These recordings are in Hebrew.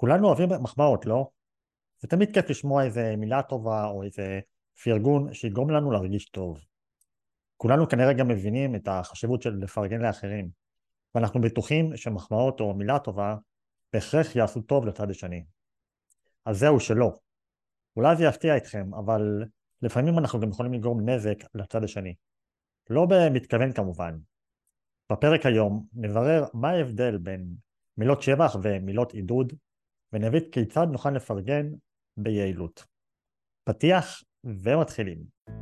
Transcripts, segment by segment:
כולנו אוהבים מחמאות, לא? זה תמיד כיף לשמוע איזה מילה טובה או איזה פרגון שיגרום לנו להרגיש טוב. כולנו כנראה גם מבינים את החשיבות של לפרגן לאחרים, ואנחנו בטוחים שמחמאות או מילה טובה בהכרח יעשו טוב לצד השני. אז זהו שלא. אולי זה יפתיע אתכם, אבל לפעמים אנחנו גם יכולים לגרום נזק לצד השני. לא במתכוון כמובן. בפרק היום נברר מה ההבדל בין מילות שבח ומילות עידוד, ונבין כיצד נוכל לפרגן ביעילות. פתיח ומתחילים.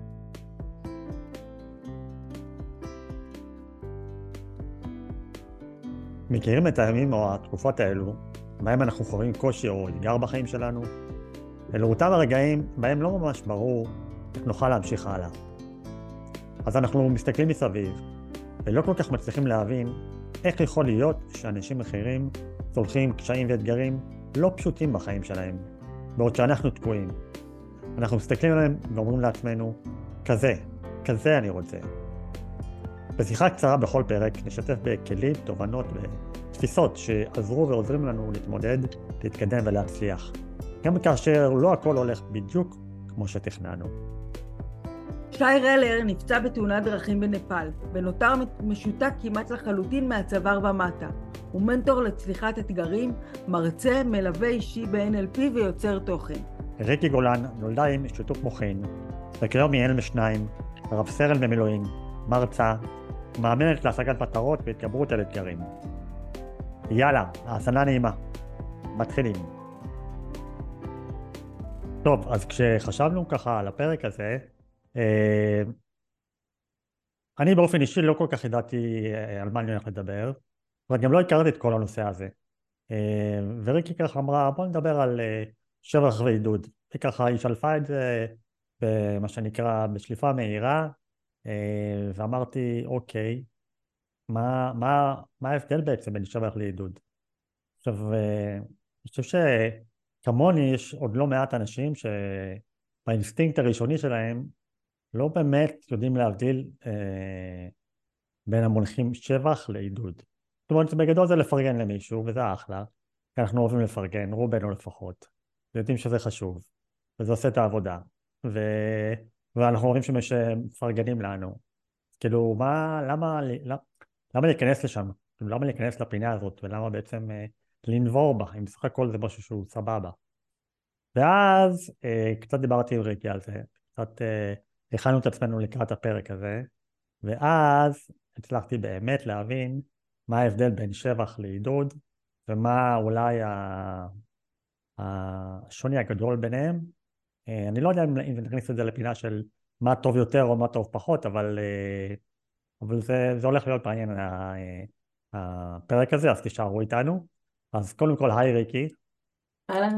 מכירים את הימים או התקופות האלו, בהם אנחנו חווים קושי או אתגר בחיים שלנו? אלו אותם הרגעים בהם לא ממש ברור איך נוכל להמשיך הלאה. אז אנחנו מסתכלים מסביב, ולא כל כך מצליחים להבין איך יכול להיות שאנשים אחרים צולחים קשיים ואתגרים לא פשוטים בחיים שלהם, בעוד שאנחנו תקועים. אנחנו מסתכלים עליהם ואומרים לעצמנו, כזה אני רוצה. בשיחה קצרה בכל פרק נשתף בכלים, תובנות ותפיסות שעזרו ועוזרים לנו להתמודד, להתקדם ולהצליח. גם כאשר לא הכל הולך בדיוק כמו שתכננו. שי רלר נפצע בתאונת דרכים בנפאל, ונותר משותק כמעט לחלוטין מהצוואר ומטה. הוא מנטור לצליחת אתגרים, מרצה, מלווה אישי ב-NLP ויוצר תוכן. ריקי גולן נולדה עם שיתוק מוחין, וכיום היא אם לשניים, רב סרן במילואים, מרצה, מאמנת להשגת מטרות והתגברות על אתגרים. יאללה, האזנה נעימה. מתחילים. טוב, אז כשחשבנו ככה על הפרק הזה, אני באופן אישי לא כל כך ידעתי על מה אני הולך לדבר, אבל גם לא הכרתי את כל הנושא הזה. וריקי ככה אמרה, בוא נדבר על שבח ועידוד. וככה היא שלפה את זה במה שנקרא בשליפה מהירה, ואמרתי, אוקיי, מה ההבדל בעצם בין שבח לעידוד? עכשיו, אני חושב שכמוני יש עוד לא מעט אנשים שבאינסטינקט הראשוני שלהם לא באמת יודעים להבדיל בין המונחים שבח לעידוד. זאת אומרת, בגדול זה לפרגן למישהו, וזה אחלה, כי אנחנו אוהבים לפרגן, רובנו לפחות, ויודעים שזה חשוב, וזה עושה את העבודה, ואנחנו רואים שמפרגנים לנו. כאילו, למה להיכנס לשם? כאילו, למה להיכנס לפינה הזאת, ולמה בעצם לנבור בה, אם בסך הכל זה משהו שהוא סבבה. ואז קצת דיברתי עם ריקי על זה, קצת הכנו את עצמנו לקראת הפרק הזה, ואז הצלחתי באמת להבין מה ההבדל בין שבח לעידוד, ומה אולי השוני הגדול ביניהם. אני לא יודע אם נכניס את זה לפינה של מה טוב יותר או מה טוב פחות, אבל זה הולך להיות מעניין הפרק הזה, אז תישארו איתנו. אז קודם כל, היי ריקי. אהלן.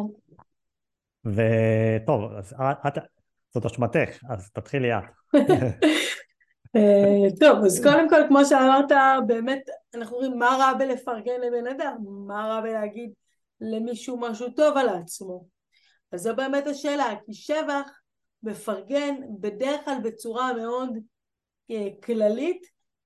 וטוב, אז זאת אשמתך, אז תתחילי את. טוב, אז קודם כל, כמו שאמרת, באמת אנחנו רואים מה רע בלפרגן לבן אדם, מה רע בלהגיד למישהו משהו טוב על עצמו. אז זו באמת השאלה, כי שבח מפרגן בדרך כלל בצורה מאוד כללית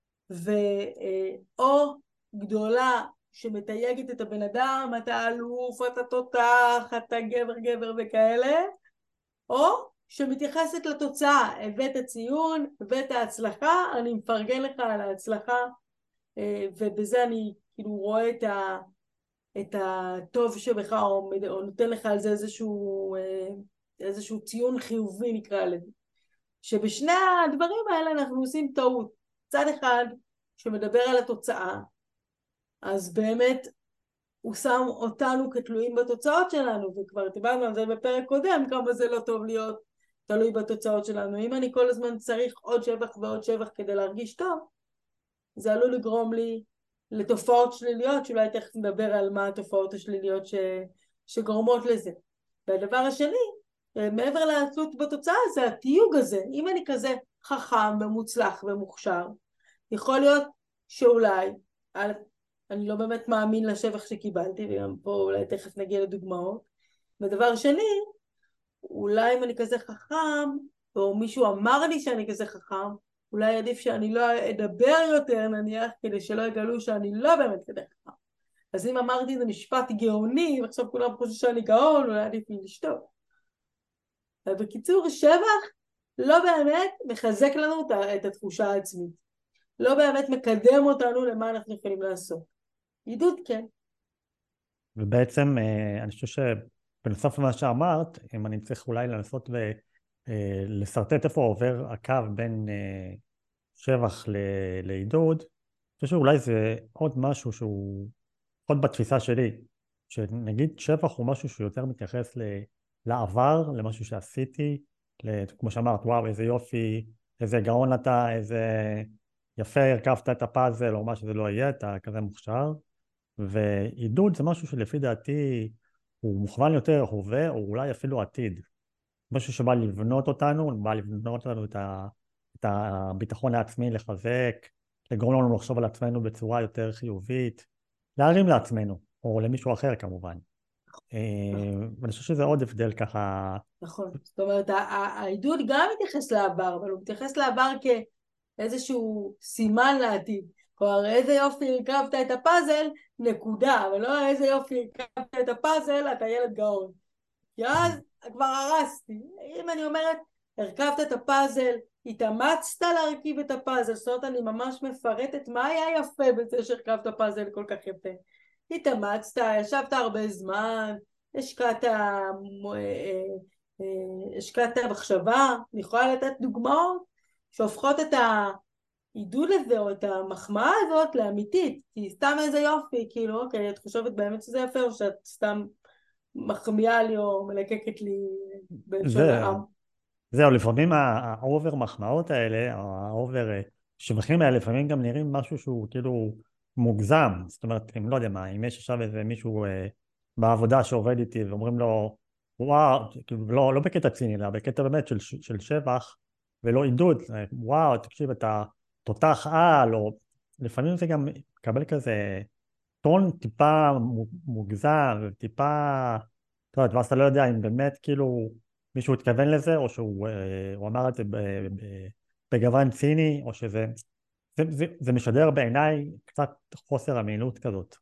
או גדולה שמתייגת את הבן אדם, אתה אלוף, אתה תותח, אתה גבר וכאלה, או שמתייחסת לתוצאה, הבאת ציון, הבאת הצלחה, אני מפרגן לך על ההצלחה, ובזה אני כאילו רואה את הטוב שבך, או נותן לך על זה איזשהו ציון חיובי נקרא לזה. שבשני הדברים האלה אנחנו עושים טעות. צד אחד שמדבר על התוצאה, אז באמת הוא שם אותנו כתלויים בתוצאות שלנו, וכבר דיברנו על זה בפרק קודם, כמה זה לא טוב להיות תלוי בתוצאות שלנו. אם אני כל הזמן צריך עוד שבח ועוד שבח כדי להרגיש טוב, זה עלול לגרום לי לתופעות שליליות, שאולי תכף נדבר על מה התופעות השליליות שגורמות לזה. והדבר השני, מעבר לתלות בתוצאה, זה התיוג הזה. אם אני כזה חכם ומוצלח ומוכשר, יכול להיות שאולי, אני לא באמת מאמין לשבח שקיבלתי, וגם פה אולי תכף נגיע לדוגמאות. ודבר שני, אולי אם אני כזה חכם, או מישהו אמר לי שאני כזה חכם, אולי עדיף שאני לא אדבר יותר נניח, כדי שלא יגלו שאני לא באמת כזה חכם. אז אם אמרתי איזה משפט גאוני, ועכשיו כולם חושבים שאני גאון, אולי עדיף לי לשתוק. אבל בקיצור, שבח לא באמת מחזק לנו את התחושה העצמית. לא באמת מקדם אותנו למה אנחנו יכולים לעשות. עידוד כן. ובעצם אני חושב שבנוסף למה שאמרת, אם אני צריך אולי לנסות ולשרטט איפה עובר הקו בין שבח לעידוד, אני חושב שאולי זה עוד משהו שהוא עוד בתפיסה שלי, שנגיד שבח הוא משהו שיותר מתייחס לעבר, למשהו שעשיתי, כמו שאמרת, וואו, איזה יופי, איזה גאון אתה, איזה יפה הרכבת את הפאזל, או מה שזה לא יהיה, אתה כזה מוכשר. ועידוד זה משהו שלפי דעתי הוא מוכוון יותר הווה, או אולי אפילו עתיד. משהו שבא לבנות אותנו, בא לבנות לנו את הביטחון העצמי, לחזק, לגרום לנו לחשוב על עצמנו בצורה יותר חיובית, להרים לעצמנו, או למישהו אחר כמובן. ואני חושב שזה עוד הבדל ככה. נכון. זאת אומרת, העידוד גם מתייחס לעבר, אבל הוא מתייחס לעבר כאיזשהו סימן לעתיד. כלומר, איזה יופי הרכבת את הפאזל, נקודה, אבל לא איזה יופי הרכבת את הפאזל, אתה ילד גאון. כי אז כבר הרסתי. אם אני אומרת, הרכבת את הפאזל, התאמצת להרכיב את הפאזל, זאת אומרת, אני ממש מפרטת מה היה יפה בזה שהרכבת פאזל כל כך יפה. התאמצת, ישבת הרבה זמן, השקעת מחשבה, אני יכולה לתת דוגמאות שהופכות את העידוד הזה או את המחמאה הזאת לאמיתית, כי סתם איזה יופי, כאילו אוקיי, את חושבת באמת שזה יפה או שאת סתם מחמיאה לי או מלקקת לי בלשון זה, העם. זהו, לפעמים האובר מחמאות האלה, או האובר שבחים האלה, לפעמים גם נראים משהו שהוא כאילו מוגזם. זאת אומרת, אם לא יודע מה, אם יש עכשיו איזה מישהו בעבודה שעובד איתי ואומרים לו, וואו, כאילו, לא בקטע ציני, אלא בקטע באמת של שבח ולא עידוד, וואו, תקשיב, אתה תותח על, או לפעמים זה גם מקבל כזה טון טיפה מוגזם, וטיפה, אתה יודע, ואז אתה לא יודע אם באמת כאילו מישהו התכוון לזה, או שהוא הוא אמר את זה בגוון ציני, או שזה, זה משדר בעיניי קצת חוסר אמינות כזאת.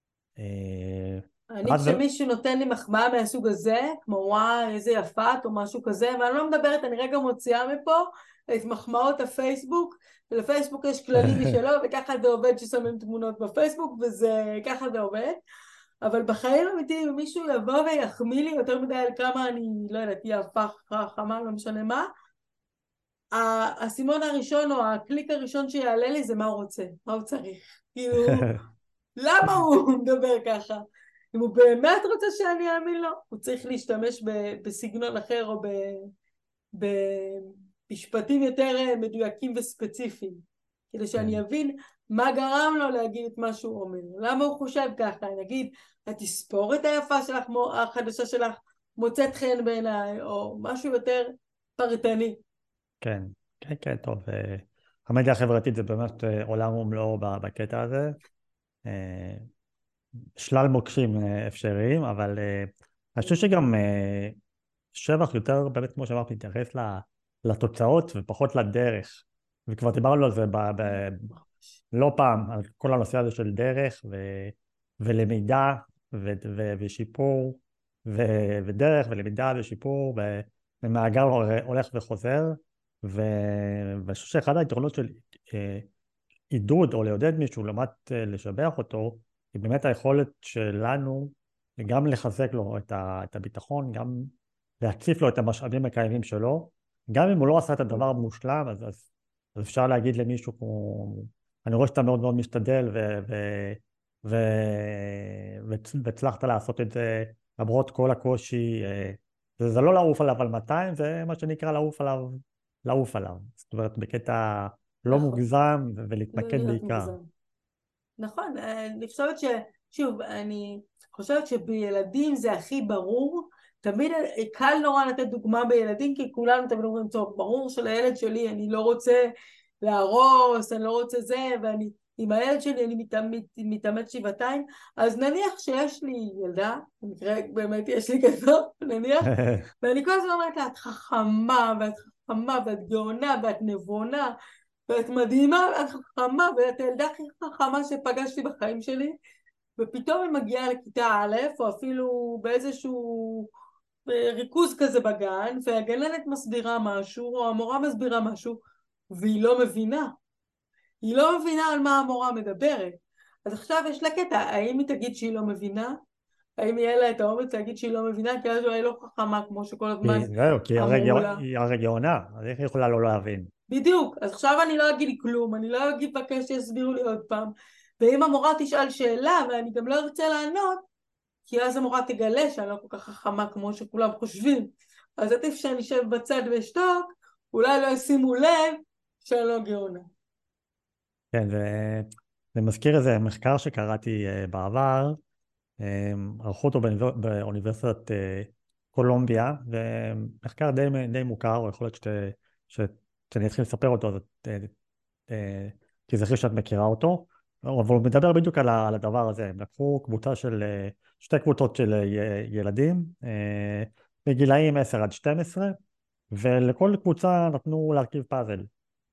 אני ואז זה, כשמישהו נותן לי מחמאה מהסוג הזה, כמו וואי איזה יפה את או משהו כזה, ואני לא מדברת, אני רגע מוציאה מפה את מחמאות הפייסבוק, ולפייסבוק יש כללים משלו, וככה זה עובד ששמים תמונות בפייסבוק, ככה זה עובד, אבל בחיים אמיתיים, אם מישהו יבוא ויחמיא לי יותר מדי על כמה אני, לא יודעת, יפה, חכמה, לא משנה מה, הסימון הראשון או הקליק הראשון שיעלה לי זה מה הוא רוצה, מה הוא צריך, כאילו למה הוא מדבר ככה? אם הוא באמת רוצה שאני אאמין לו, הוא צריך להשתמש בסגנון אחר או במשפטים יותר מדויקים וספציפיים, כדי כן, שאני אבין מה גרם לו להגיד את מה שהוא אומר, למה הוא חושב ככה, נגיד, התספורת היפה שלך, החדשה שלך, מוצאת חן בעיניי, או משהו יותר פרטני. כן, כן, כן, טוב. המדיה החברתית זה באמת עולם ומלואו בקטע הזה. אה, שלל מוקשים אפשריים, אבל אני חושב שגם שבח יותר, באמת כמו שאמרת, מתייחס לתוצאות ופחות לדרך. וכבר דיברנו על זה לא פעם, על כל הנושא הזה של דרך ולמידה ושיפור ודרך ולמידה ושיפור ומעגל הולך וחוזר. ואני חושב שאחד היתרונות של עידוד או לעודד מישהו לעומת לשבח אותו, היא באמת היכולת שלנו גם לחזק לו את הביטחון, גם להציף לו את המשאבים הקיימים שלו, גם אם הוא לא עשה את הדבר המושלם, אז אפשר להגיד למישהו כמו, אני רואה שאתה מאוד מאוד משתדל ו, והצלחת לעשות את זה למרות כל הקושי, זה לא לעוף עליו על 200, זה מה שנקרא לעוף עליו, זאת אומרת בקטע לא נכון, מוגזם לא ולהתמקד להיות בעיקר. מוגזם. נכון, אני חושבת שוב, אני חושבת שבילדים זה הכי ברור, תמיד קל נורא לתת דוגמה בילדים, כי כולנו תמיד אומרים, טוב, ברור שלילד שלי אני לא רוצה להרוס, אני לא רוצה זה, ואני, עם הילד שלי אני מתאמץ שבעתיים, אז נניח שיש לי ילדה, במקרה באמת יש לי כזאת, נניח, ואני כל הזמן אומרת לה, את חכמה, ואת חכמה, ואת גאונה, ואת נבונה, ואת מדהימה, ואת חכמה, ואת הילדה הכי חכמה שפגשתי בחיים שלי, ופתאום היא מגיעה לכיתה א', או אפילו באיזשהו ריכוז כזה בגן, והגננת מסבירה משהו, או המורה מסבירה משהו, והיא לא מבינה. היא לא מבינה על מה המורה מדברת. אז עכשיו יש לה קטע, האם היא תגיד שהיא לא מבינה? האם יהיה לה את האומץ להגיד שהיא לא מבינה? כי אז אולי לא חכמה כמו שכל הזמן זהו, כי אמרו לה. היא הרגע גאונה, אז איך היא יכולה לא להבין? בדיוק, אז עכשיו אני לא אגיד כלום, אני לא אגיד בקש שיסבירו לי עוד פעם, ואם המורה תשאל שאלה ואני גם לא ארצה לענות, כי אז המורה תגלה שאני לא כל כך חכמה כמו שכולם חושבים, אז עדיף שאני אשב בצד ואשתוק, אולי לא ישימו לב שאני לא גאונה. כן, זה מזכיר איזה מחקר שקראתי בעבר, ערכו אותו באוניברסיטת קולומביה, ומחקר די מוכר, או יכול להיות שאני אתחיל לספר אותו, אז תזכרי שאת מכירה אותו, אבל הוא מדבר בדיוק על הדבר הזה. הם לקחו שתי קבוצות של ילדים בגילאים 10 עד 12, ולכל קבוצה נתנו להרכיב פאזל.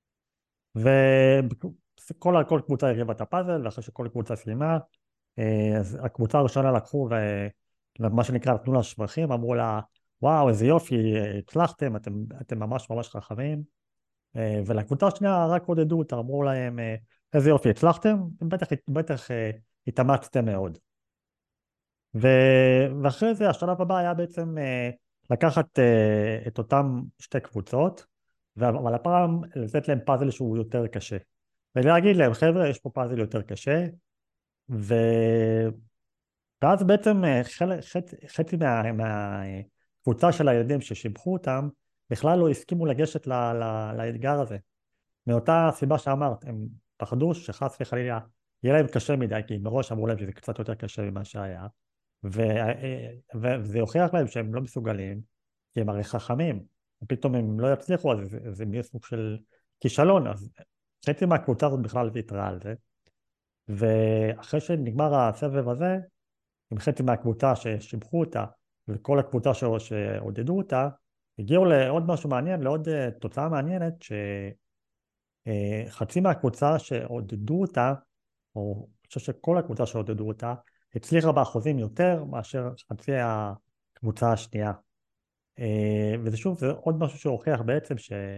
וכל קבוצה הרכיבה את הפאזל, ואחרי שכל קבוצה סיימה, אז הקבוצה הראשונה לקחו ומה שנקרא נתנו לה שבחים, אמרו לה, וואו, איזה יופי, הצלחתם, אתם ממש ממש חכמים. ולקבוצה השנייה רק עודדו אותה, אמרו להם, איזה יופי, הצלחתם, בטח התאמצתם מאוד. ואחרי זה השלב הבא היה בעצם לקחת את אותם שתי קבוצות, אבל הפעם לתת להם פאזל שהוא יותר קשה. ולהגיד להם, חבר'ה, יש פה פאזל יותר קשה, ו... ואז בעצם חצי מהקבוצה של הילדים ששיבחו אותם, בכלל לא הסכימו לגשת לאתגר הזה. מאותה סיבה שאמרת, הם פחדו שחס וחלילה יהיה להם קשה מדי, כי מראש אמרו להם שזה קצת יותר קשה ממה שהיה, וזה יוכיח להם שהם לא מסוגלים, כי הם הרי חכמים, ופתאום הם לא יצליחו, אז זה יהיה סוג של כישלון, אז חצי מהקבוצה הזאת בכלל ויתרה על זה, ואחרי שנגמר הסבב הזה, עם חצי מהקבוצה ששיבחו אותה, וכל הקבוצה שעודדו אותה, הגיעו לעוד משהו מעניין, לעוד תוצאה מעניינת, שחצי מהקבוצה שעודדו אותה, או אני חושב שכל הקבוצה שעודדו אותה, הצליחה באחוזים יותר מאשר חצי הקבוצה השנייה. וזה שוב, זה עוד משהו שהוכיח בעצם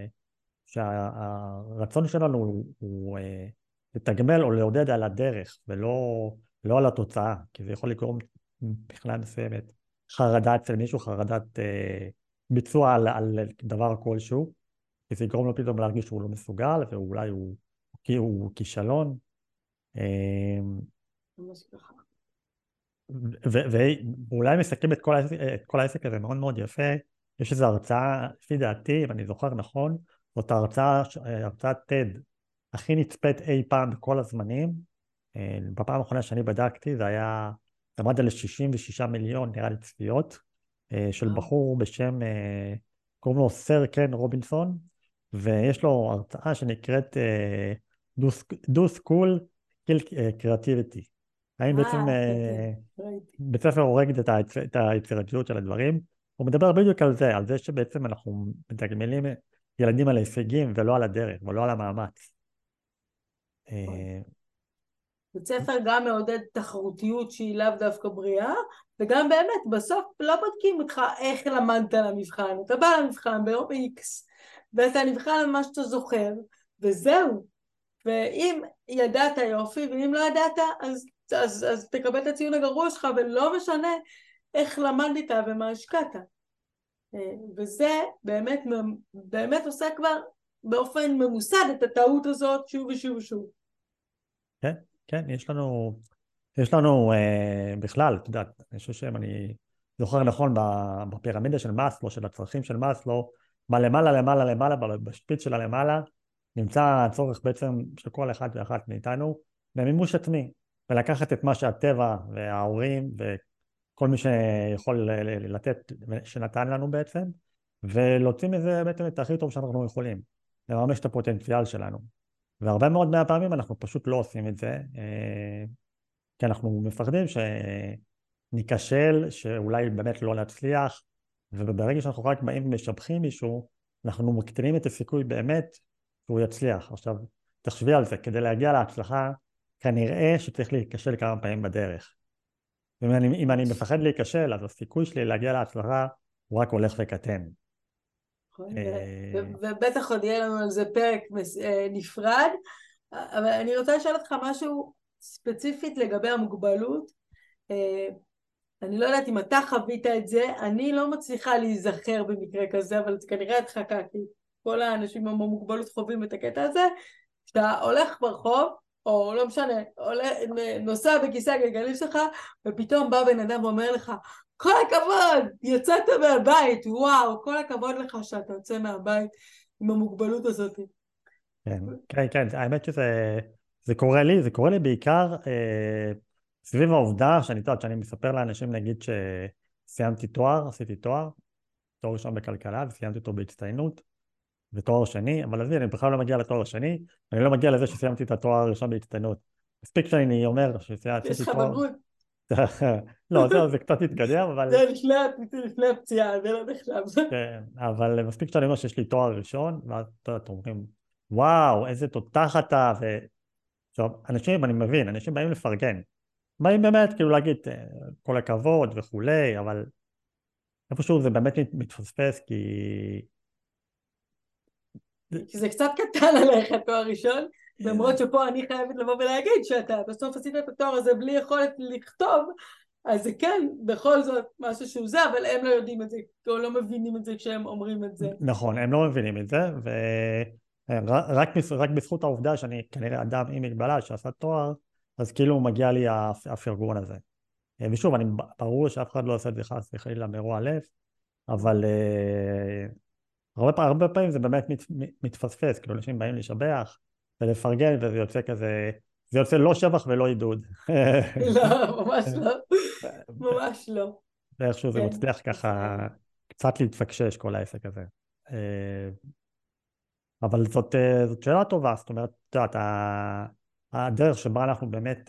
שהרצון שלנו הוא לתגמל או לעודד על הדרך, ולא על התוצאה, כי זה יכול לגרום בכלל מסוימת חרדה אצל מישהו, חרדת ביצוע על דבר כלשהו, כי זה יגרום לו פתאום להרגיש שהוא לא מסוגל, ואולי הוא כישלון. ממש ככה. ואולי מסכם את כל העסק הזה מאוד מאוד יפה. יש איזו הרצאה, לפי דעתי, אם אני זוכר נכון, זאת הרצאת TED הכי נצפית אי פעם בכל הזמנים. בפעם האחרונה שאני בדקתי, זה עמד על 66 מיליון, נראה לי, צפיות, של בחור בשם, קוראים לו סר קן רובינסון, ויש לו הרצאה שנקראת Do School Kill Creativity. האם בעצם בית ספר הורג את היצירתיות של הדברים? הוא מדבר בדיוק על זה שבעצם אנחנו מתגמלים ילדים על ההישגים ולא על הדרך ולא על המאמץ. בית ספר גם מעודד תחרותיות שהיא לאו דווקא בריאה, וגם באמת בסוף לא בודקים אותך איך למדת למבחן, אתה בא למבחן ביום X, ואתה נבחן על מה שאתה זוכר, וזהו. ואם ידעת יופי, ואם לא ידעת, אז תקבל את הציון הגרוע שלך, ולא משנה איך למדת ומה השקעת. וזה באמת עושה כבר באופן ממוסד את הטעות הזאת שוב ושוב ושוב. כן, כן, יש לנו בכלל, את יודעת, אני חושב שאני זוכר נכון בפירמידה של מאסלו, של הצרכים של מאסלו, למעלה למעלה למעלה, בשפיץ של הלמעלה, נמצא הצורך בעצם של כל אחד ואחת מאיתנו במימוש עצמי, ולקחת את מה שהטבע וההורים וכל מי שיכול לתת, שנתן לנו בעצם, ולהוציא מזה בעצם את הכי טוב שאנחנו יכולים, לממש את הפוטנציאל שלנו. והרבה מאוד מהפעמים אנחנו פשוט לא עושים את זה, כי אנחנו מפחדים שניכשל, שאולי באמת לא נצליח, וברגע שאנחנו רק באים ומשבחים מישהו, אנחנו מקטינים את הסיכוי באמת שהוא יצליח. עכשיו, תחשבי על זה, כדי להגיע להצלחה, כנראה שצריך להיכשל כמה פעמים בדרך. אם אני מפחד להיכשל, אז הסיכוי שלי להגיע להצלחה הוא רק הולך וקטן. ובטח עוד יהיה לנו על זה פרק נפרד, אבל אני רוצה לשאול אותך משהו ספציפית לגבי המוגבלות. אני לא יודעת אם אתה חווית את זה, אני לא מצליחה להיזכר במקרה כזה, אבל זה כנראה הדחקה, כי כל האנשים עם המוגבלות חווים את הקטע הזה, שאתה הולך ברחוב, או לא משנה, נוסע בכיסא הגלגלים שלך, ופתאום בא בן אדם ואומר לך, כל הכבוד, יצאת מהבית, וואו, כל הכבוד לך שאתה יוצא מהבית עם המוגבלות הזאת. כן, כן, כן, האמת שזה קורה לי, זה קורה לי בעיקר סביב העובדה שאני מספר לאנשים, נגיד שסיימתי תואר, עשיתי תואר ראשון בכלכלה, וסיימתי אותו בהצטיינות, ותואר שני, אבל אני בכלל לא מגיע לתואר השני, אני לא מגיע לזה שסיימתי את התואר הראשון בהצטיינות. מספיק שאני אומר יש לך תואר... בגרות. לא, זה קצת התקדם, אבל... זה לפני הפציעה, זה לא נחשב. כן, אבל מספיק שאני אומר שיש לי תואר ראשון, ואז אתם אומרים, וואו, איזה תותח אתה, עכשיו, אנשים, אני מבין, אנשים באים לפרגן, באים באמת, כאילו להגיד כל הכבוד וכולי, אבל איפשהו זה באמת מתפספס, כי... כי זה קצת קטן עליך תואר ראשון, למרות שפה אני חייבת לבוא ולהגיד שאתה בסוף עשית את התואר הזה בלי יכולת לכתוב, אז זה כן, בכל זאת משהו שהוא זה, אבל הם לא יודעים את זה, או לא מבינים את זה כשהם אומרים את זה. נכון, הם לא מבינים את זה, ורק בזכות העובדה שאני כנראה אדם עם מגבלה שעשה תואר, אז כאילו מגיע לי הפרגון הזה. ושוב, ברור שאף אחד לא עושה את זה חס וחלילה מרוע לב, אבל הרבה פעמים זה באמת מתפספס, כאילו אנשים באים לשבח ולפרגן, וזה יוצא כזה, זה יוצא לא שבח ולא עידוד. לא, ממש לא, ממש לא. ואיכשהו זה מצליח ככה קצת להתפקשש כל העסק הזה. אבל זאת שאלה טובה, זאת אומרת, את יודעת, הדרך שבה אנחנו באמת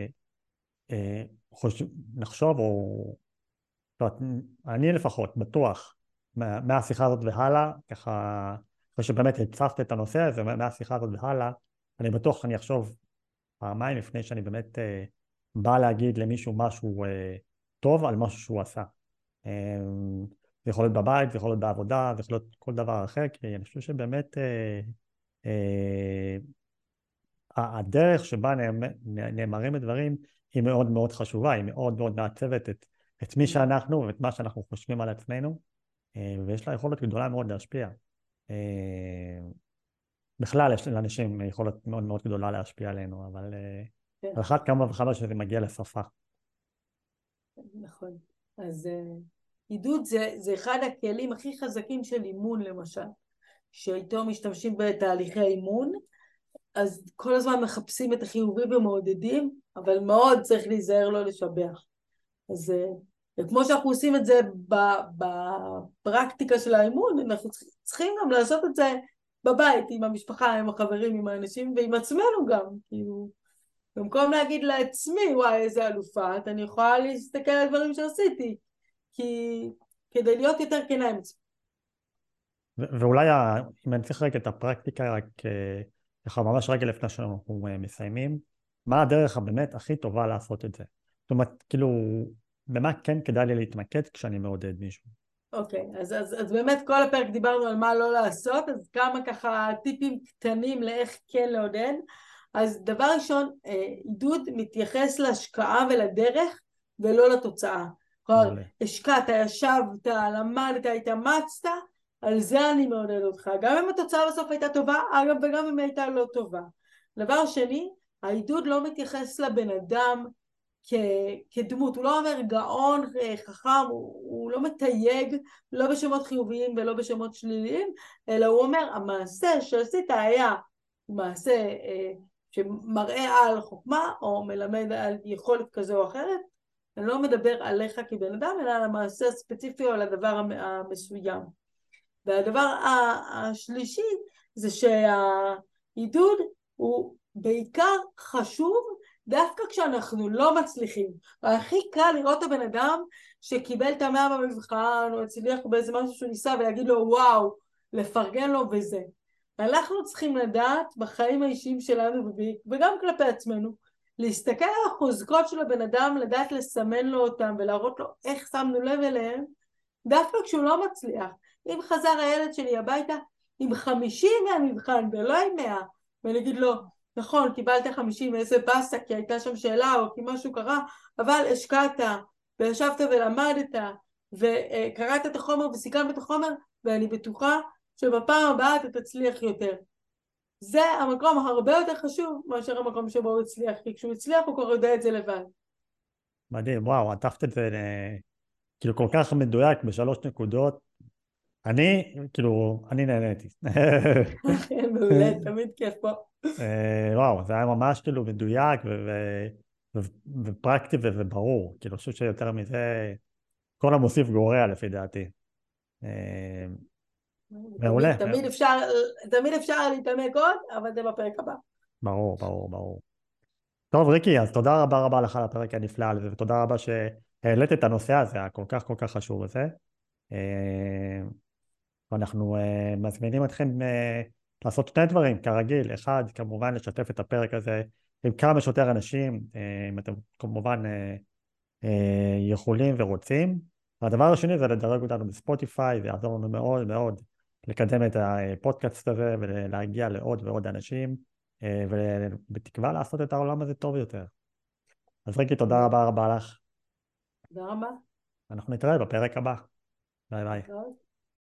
נחשוב, או אני לפחות בטוח, מהשיחה הזאת והלאה, ככה, אחרי שבאמת הצפת את הנושא הזה, מהשיחה הזאת והלאה, אני בטוח שאני אחשוב פעמיים לפני שאני באמת בא להגיד למישהו משהו טוב על משהו שהוא עשה. זה יכול להיות בבית, זה יכול להיות בעבודה, זה יכול להיות כל דבר אחר, כי אני חושב שבאמת הדרך שבה נאמרים הדברים היא מאוד מאוד חשובה, היא מאוד מאוד מעצבת את מי שאנחנו ואת מה שאנחנו חושבים על עצמנו, ויש לה יכולת גדולה מאוד להשפיע. בכלל יש לאנשים יכולת מאוד מאוד גדולה להשפיע עלינו, אבל על אחת כמה וכמה שזה מגיע לשפה. נכון. אז עידוד זה אחד הכלים הכי חזקים של אימון למשל, שאיתו משתמשים בתהליכי אימון, אז כל הזמן מחפשים את החיובי ומעודדים, אבל מאוד צריך להיזהר לא לשבח. אז כמו שאנחנו עושים את זה בפרקטיקה של האימון, אנחנו צריכים גם לעשות את זה בבית, עם המשפחה, עם החברים, עם האנשים, ועם עצמנו גם. כאילו, במקום להגיד לעצמי, וואי, איזה אלופת, אני יכולה להסתכל על דברים שעשיתי, כדי להיות יותר כנה עם עצמי. ואולי, אם אני צריך רגע את הפרקטיקה, רק ככה ממש רגע לפני שאנחנו מסיימים, מה הדרך הבאמת הכי טובה לעשות את זה? זאת אומרת, כאילו, במה כן כדאי לי להתמקד כשאני מעודד מישהו? אוקיי, אז באמת כל הפרק דיברנו על מה לא לעשות, אז כמה ככה טיפים קטנים לאיך כן לעודד. אז דבר ראשון, עידוד מתייחס להשקעה ולדרך ולא לתוצאה. כלומר, השקעת, ישבת, למדת, התאמצת, על זה אני מעודד אותך. גם אם התוצאה בסוף הייתה טובה, אגב, וגם אם הייתה לא טובה. דבר שני, העידוד לא מתייחס לבן אדם כדמות, הוא לא אומר גאון, חכם, הוא לא מתייג, לא בשמות חיוביים ולא בשמות שליליים, אלא הוא אומר, המעשה שעשית היה מעשה שמראה על חוכמה, או מלמד על יכולת כזו או אחרת. אני לא מדבר עליך כבן אדם, אלא על המעשה הספציפי או על הדבר המסוים. והדבר השלישי זה שהעידוד הוא בעיקר חשוב דווקא כשאנחנו לא מצליחים. והכי קל לראות את הבן אדם שקיבל את 100 במבחן או הצליח באיזה משהו שהוא ניסה ולהגיד לו וואו, לפרגן לו וזה. אנחנו צריכים לדעת בחיים האישיים שלנו וגם כלפי עצמנו להסתכל על החוזקות של הבן אדם, לדעת לסמן לו אותם ולהראות לו איך שמנו לב אליהם, דווקא כשהוא לא מצליח. אם חזר הילד שלי הביתה עם 50 מהמבחן ולא עם 100, ואני אגיד לו, נכון, קיבלת 50, איזה באסה, כי הייתה שם שאלה או כי משהו קרה, אבל השקעת וישבת ולמדת וקראת את החומר וסיכמת את החומר, ואני בטוחה שבפעם הבאה אתה תצליח יותר. זה המקום הרבה יותר חשוב מאשר המקום שבו הוא הצליח, כי כשהוא הצליח הוא כבר יודע את זה לבד. מדהים, וואו, עטפת את זה כאילו כל כך מדויק בשלוש נקודות. אני נהניתי. מעולה, תמיד כיף פה. וואו, זה היה ממש כאילו מדויק ופרקטי וברור. כאילו, אני חושב שיותר מזה, כל המוסיף גורע לפי דעתי. אה, מעולה, תמיד אפשר להתעמק עוד, אבל זה בפרק הבא. ברור, ברור, ברור. טוב, ריקי, אז תודה רבה רבה לך על הפרק הנפלא הזה, ותודה רבה שהעלית את הנושא הזה, הכל כך כל כך חשוב הזה. ואנחנו מזמינים אתכם לעשות שני דברים, כרגיל. אחד, כמובן לשתף את הפרק הזה עם כמה שיותר אנשים, אם אתם כמובן יכולים ורוצים. והדבר השני זה לדרג אותנו בספוטיפיי, זה יעזור לנו מאוד מאוד לקדם את הפודקאסט הזה ולהגיע לעוד ועוד אנשים, ובתקווה לעשות את העולם הזה טוב יותר. אז ריקי, תודה רבה רבה לך. תודה רבה. אנחנו נתראה בפרק הבא. ביי ביי.